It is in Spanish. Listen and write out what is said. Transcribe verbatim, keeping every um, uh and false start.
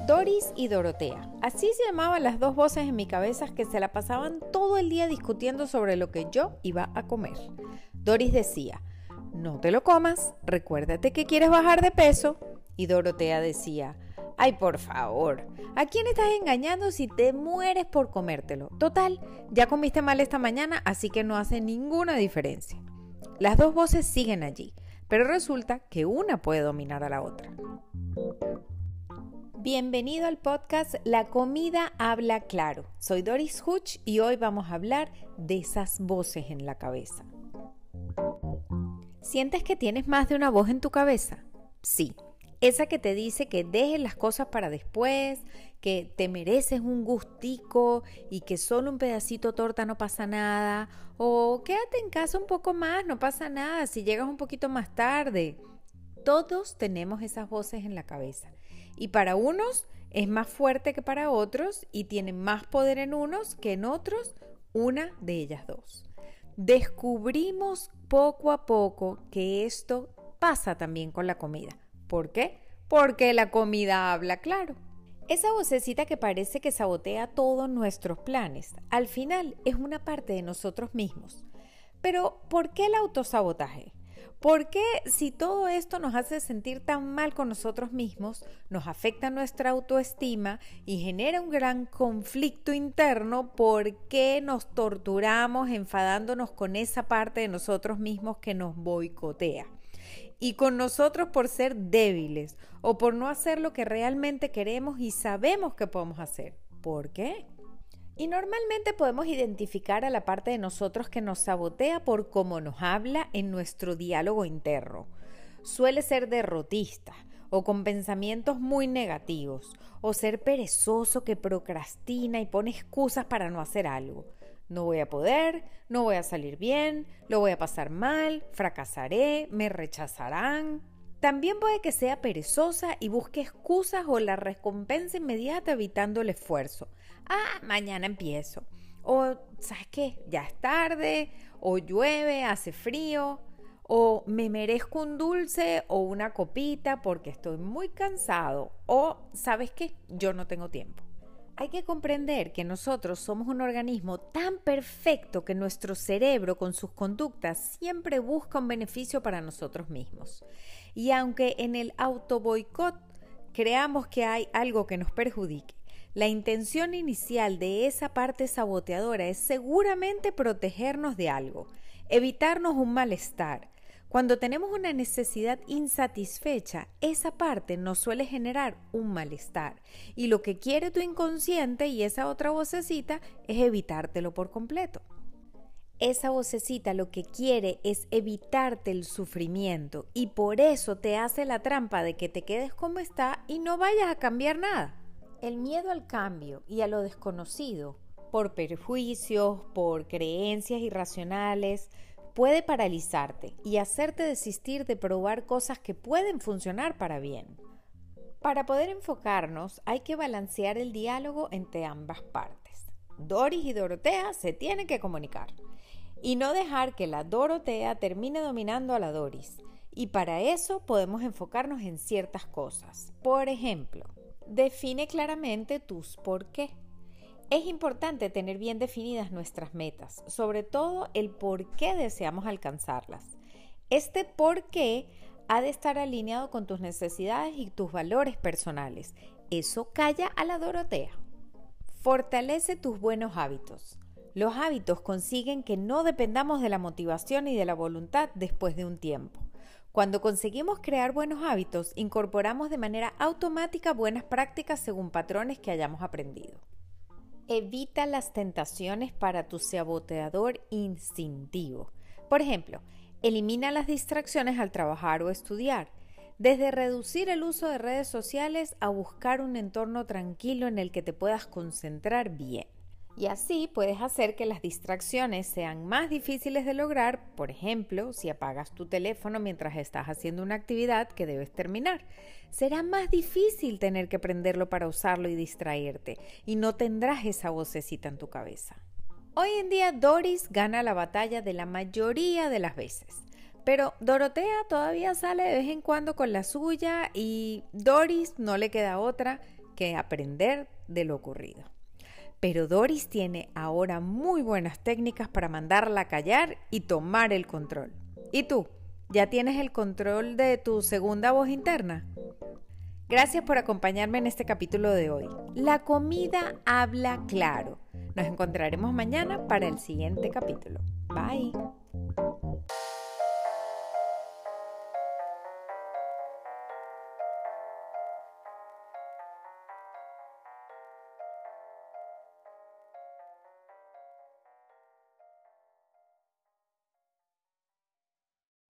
Doris y Dorotea. Así se llamaban las dos voces en mi cabeza que se la pasaban todo el día discutiendo sobre lo que yo iba a comer. Doris decía, no te lo comas, recuérdate que quieres bajar de peso. Y Dorotea decía, ay, por favor, ¿a quién estás engañando si te mueres por comértelo? Total, ya comiste mal esta mañana, así que no hace ninguna diferencia. Las dos voces siguen allí, pero resulta que una puede dominar a la otra. Bienvenido al podcast La Comida Habla Claro. Soy Doris Huch y hoy vamos a hablar de esas voces en la cabeza. ¿Sientes que tienes más de una voz en tu cabeza? Sí. Esa que te dice que dejes las cosas para después, que te mereces un gustico y que solo un pedacito torta no pasa nada, o quédate en casa un poco más, no pasa nada si llegas un poquito más tarde. Todos tenemos esas voces en la cabeza y para unos es más fuerte que para otros y tiene más poder en unos que en otros, una de ellas dos. Descubrimos poco a poco que esto pasa también con la comida. ¿Por qué? Porque la comida habla claro. Esa vocecita que parece que sabotea todos nuestros planes, al final es una parte de nosotros mismos. Pero, ¿por qué el autosabotaje? ¿Por qué si todo esto nos hace sentir tan mal con nosotros mismos, nos afecta nuestra autoestima y genera un gran conflicto interno? ¿Por qué nos torturamos enfadándonos con esa parte de nosotros mismos que nos boicotea? Y con nosotros por ser débiles o por no hacer lo que realmente queremos y sabemos que podemos hacer. ¿Por qué? Y normalmente podemos identificar a la parte de nosotros que nos sabotea por cómo nos habla en nuestro diálogo interno. Suele ser derrotista o con pensamientos muy negativos o ser perezoso que procrastina y pone excusas para no hacer algo. No voy a poder, no voy a salir bien, lo voy a pasar mal, fracasaré, me rechazarán. También puede que sea perezosa y busque excusas o la recompensa inmediata evitando el esfuerzo. Ah, mañana empiezo. O, ¿sabes qué? Ya es tarde, o llueve, hace frío, o me merezco un dulce o una copita porque estoy muy cansado, o, ¿sabes qué? Yo no tengo tiempo. Hay que comprender que nosotros somos un organismo tan perfecto que nuestro cerebro con sus conductas siempre busca un beneficio para nosotros mismos. Y aunque en el autoboicot creamos que hay algo que nos perjudique, la intención inicial de esa parte saboteadora es seguramente protegernos de algo, evitarnos un malestar. Cuando tenemos una necesidad insatisfecha, esa parte nos suele generar un malestar. Y lo que quiere tu inconsciente y esa otra vocecita es evitártelo por completo. Esa vocecita lo que quiere es evitarte el sufrimiento y por eso te hace la trampa de que te quedes como está y no vayas a cambiar nada. El miedo al cambio y a lo desconocido, por perjuicios, por creencias irracionales, puede paralizarte y hacerte desistir de probar cosas que pueden funcionar para bien. Para poder enfocarnos hay que balancear el diálogo entre ambas partes. Doris y Dorotea se tienen que comunicar y no dejar que la Dorotea termine dominando a la Doris. Y para eso podemos enfocarnos en ciertas cosas. Por ejemplo, define claramente tus por qué. Es importante tener bien definidas nuestras metas, sobre todo el por qué deseamos alcanzarlas. Este por qué ha de estar alineado con tus necesidades y tus valores personales. Eso calla a la Dorotea. Fortalece tus buenos hábitos. Los hábitos consiguen que no dependamos de la motivación y de la voluntad después de un tiempo. Cuando conseguimos crear buenos hábitos, incorporamos de manera automática buenas prácticas según patrones que hayamos aprendido. Evita las tentaciones para tu saboteador instintivo. Por ejemplo, elimina las distracciones al trabajar o estudiar. Desde reducir el uso de redes sociales a buscar un entorno tranquilo en el que te puedas concentrar bien. Y así puedes hacer que las distracciones sean más difíciles de lograr, por ejemplo, si apagas tu teléfono mientras estás haciendo una actividad que debes terminar. Será más difícil tener que prenderlo para usarlo y distraerte, y no tendrás esa vocecita en tu cabeza. Hoy en día Doris gana la batalla de la mayoría de las veces, pero Dorotea todavía sale de vez en cuando con la suya y Doris no le queda otra que aprender de lo ocurrido. Pero Doris tiene ahora muy buenas técnicas para mandarla a callar y tomar el control. ¿Y tú? ¿Ya tienes el control de tu segunda voz interna? Gracias por acompañarme en este capítulo de hoy. La comida habla claro. Nos encontraremos mañana para el siguiente capítulo. Bye.